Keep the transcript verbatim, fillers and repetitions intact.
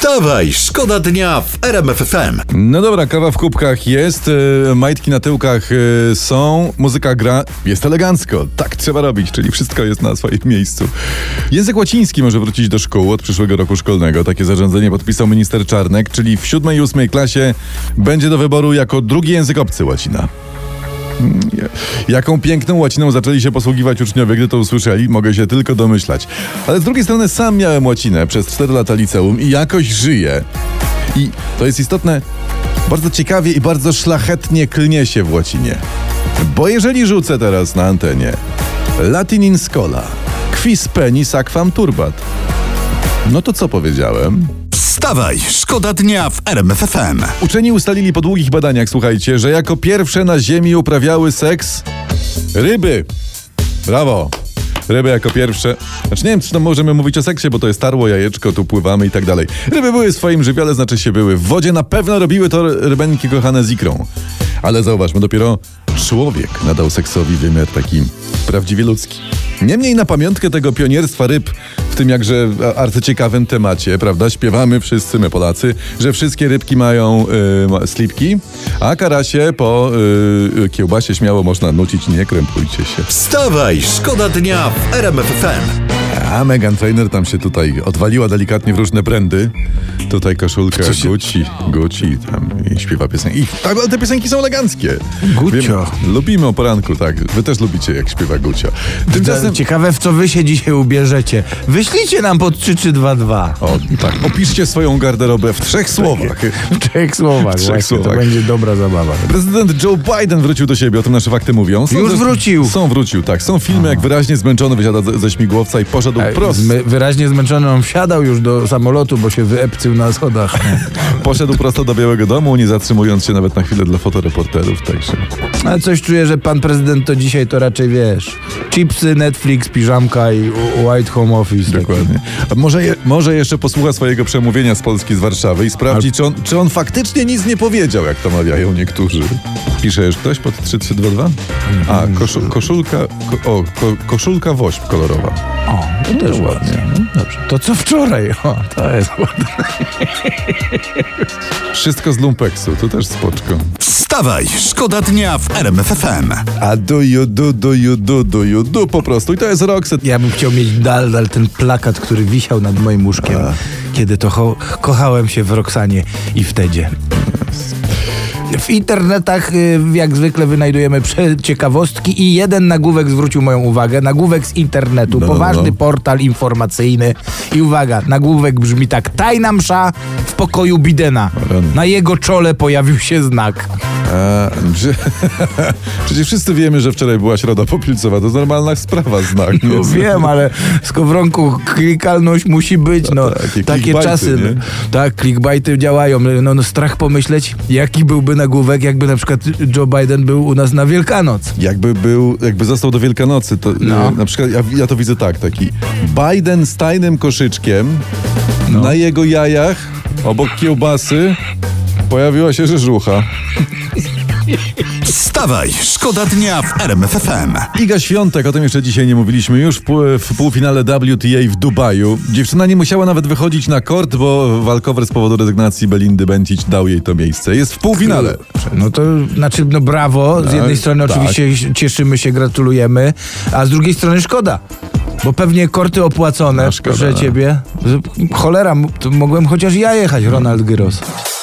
Wstawaj, szkoda dnia w R M F F M. No dobra, kawa w kubkach jest, e, majtki na tyłkach e, są, muzyka gra, jest elegancko. Tak trzeba robić, czyli wszystko jest na swoim miejscu. Język łaciński może wrócić do szkół od przyszłego roku szkolnego. Takie zarządzenie podpisał minister Czarnek, czyli w siódmej i ósmej klasie będzie do wyboru jako drugi język obcy łacina. Jaką piękną łaciną zaczęli się posługiwać uczniowie, gdy to usłyszeli, mogę się tylko domyślać. Ale z drugiej strony sam miałem łacinę przez cztery lata liceum i jakoś żyję. I to jest istotne, bardzo ciekawie i bardzo szlachetnie klnie się w łacinie. Bo jeżeli rzucę teraz na antenie Latin in schola, quis penis aquam turbat, no to co powiedziałem? Wstawaj, szkoda dnia w R M F F M. Uczeni ustalili po długich badaniach, słuchajcie, że jako pierwsze na Ziemi uprawiały seks ryby. Brawo! Ryby jako pierwsze. Znaczy nie wiem, czy to możemy mówić o seksie, bo to jest tarło, jajeczko, tu pływamy i tak dalej. Ryby były w swoim żywiole, znaczy się były. W wodzie na pewno robiły to rybenki kochane z ikrą. Ale zauważmy, dopiero człowiek nadał seksowi wymiar taki prawdziwie ludzki. Niemniej na pamiątkę tego pionierstwa ryb w tym jakże arcyciekawym temacie, prawda, śpiewamy wszyscy my Polacy, że wszystkie rybki mają y, slipki, a karasie po y, kiełbasie śmiało można nucić, nie krępujcie się. Wstawaj, szkoda dnia w R M F F M. A Meghan Trainor tam się tutaj odwaliła delikatnie w różne brandy. Tutaj koszulka się... Gucci, Gucci tam i śpiewa piosenki. I tak, ale te piosenki są eleganckie. Gucio. Wiem, lubimy o poranku, tak. Wy też lubicie, jak śpiewa Gucio. Tymczasem... Ciekawe, w co wy się dzisiaj ubierzecie. Wyślijcie nam pod trzy trzy dwa dwa. O, tak. Opiszcie swoją garderobę w trzech słowach. W trzech słowach. W trzech słowach. To będzie dobra zabawa. Prezydent Joe Biden wrócił do siebie, o tym nasze fakty mówią. Są Już zresztą, wrócił. Są wrócił, tak. Są filmy, jak wyraźnie zmęczony wysiada ze śmigłowca i poszedł prosto. Zmy, wyraźnie zmęczony on wsiadał już do samolotu, bo się wyepcył na schodach. Poszedł prosto do Białego Domu, nie zatrzymując się nawet na chwilę dla fotoreporterów, także... Ale coś czuję, że pan prezydent to dzisiaj to raczej wiesz. Chipsy, Netflix, piżamka i White Home Office. Dokładnie. A może, je, może jeszcze posłucha swojego przemówienia z Polski, z Warszawy i sprawdzi, czy on, czy on faktycznie nic nie powiedział, jak to mawiają niektórzy. Pisze już ktoś pod trzy trzy dwa dwa? A, koszu, koszulka, ko, o, ko, koszulka wośp kolorowa. O, to też no, ładnie. No, dobrze. To co wczoraj? O, to jest ładne. Wszystko z lumpeksu, to też spoczko. Wstawaj, szkoda dnia w R M F F M. A do you do, do you do, do you do po prostu. I to jest Roxette. Ja bym chciał mieć nadal ten plakat, który wisiał nad moim łóżkiem, A. kiedy to cho- kochałem się w Roxanie i w Tedzie. W internetach jak zwykle wynajdujemy ciekawostki i jeden nagłówek zwrócił moją uwagę. Nagłówek z internetu, no, poważny no. portal informacyjny i uwaga, nagłówek brzmi tak: tajna msza w pokoju Bidena. Na jego czole pojawił się znak. A, że, przecież wszyscy wiemy, że wczoraj była środa popilcowa, to jest normalna sprawa, znak. No wiem, ale Skowronku, klikalność musi być, no, takie, takie czasy. No, tak, clickbaity działają. No, no strach pomyśleć, jaki byłby nagłówek, jakby na przykład Joe Biden był u nas na Wielkanoc. Jakby był, jakby został do Wielkanocy, to no. na przykład ja, ja to widzę tak, taki Biden z tajnym koszyczkiem, no. na jego jajach, obok kiełbasy, pojawiła się rzeżucha. Wstawaj, szkoda dnia w R M F F M. Iga Świątek, o tym jeszcze dzisiaj nie mówiliśmy, już w, pół, w półfinale W T A w Dubaju. Dziewczyna nie musiała nawet wychodzić na kort, bo walkover z powodu rezygnacji Belindy Bencic dał jej to miejsce. Jest w półfinale. No to znaczy, no brawo. Z jednej strony tak. oczywiście cieszymy się, gratulujemy, a z drugiej strony szkoda. Bo pewnie korty opłacone, no, szkoda, proszę ciebie. Cholera, to mogłem chociaż ja jechać, Ronald Gyros.